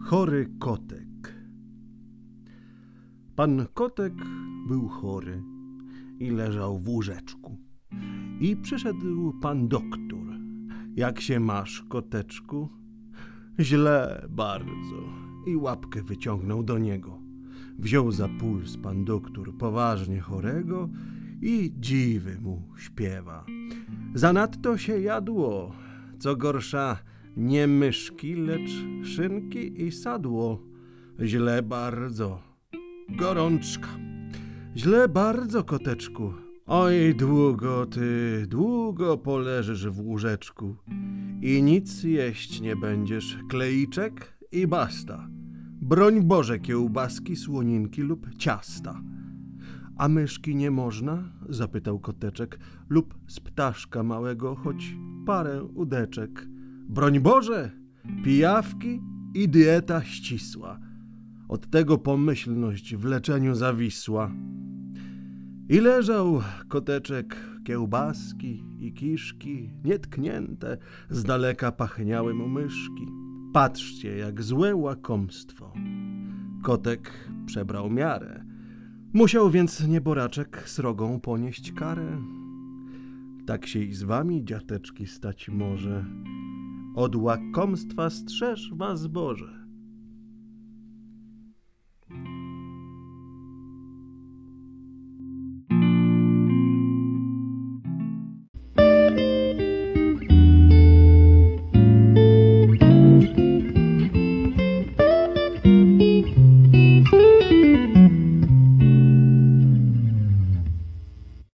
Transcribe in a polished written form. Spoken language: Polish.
Chory kotek. Pan kotek był chory i leżał w łóżeczku. I przyszedł pan doktor. Jak się masz, koteczku? Źle bardzo. I łapkę wyciągnął do niego. Wziął za puls pan doktor poważnie chorego i dziwy mu śpiewa. Zanadto się jadło, co gorsza, nie myszki, lecz szynki i sadło. Źle bardzo. Gorączka. Źle bardzo, koteczku. Oj, długo poleżysz w łóżeczku i nic jeść nie będziesz, kleiczek i basta. Broń Boże, kiełbaski, słoninki lub ciasta. A myszki nie można? Zapytał koteczek. Lub z ptaszka małego, choć parę udeczek. Broń Boże, pijawki i dieta ścisła. Od tego pomyślność w leczeniu zawisła. I leżał koteczek, kiełbaski i kiszki, nietknięte, z daleka pachniały mu myszki. Patrzcie, jak złe łakomstwo. Kotek przebrał miarę. Musiał więc nieboraczek srogą ponieść karę. Tak się i z wami, dziateczki, stać może. Od łakomstwa strzeż was Boże.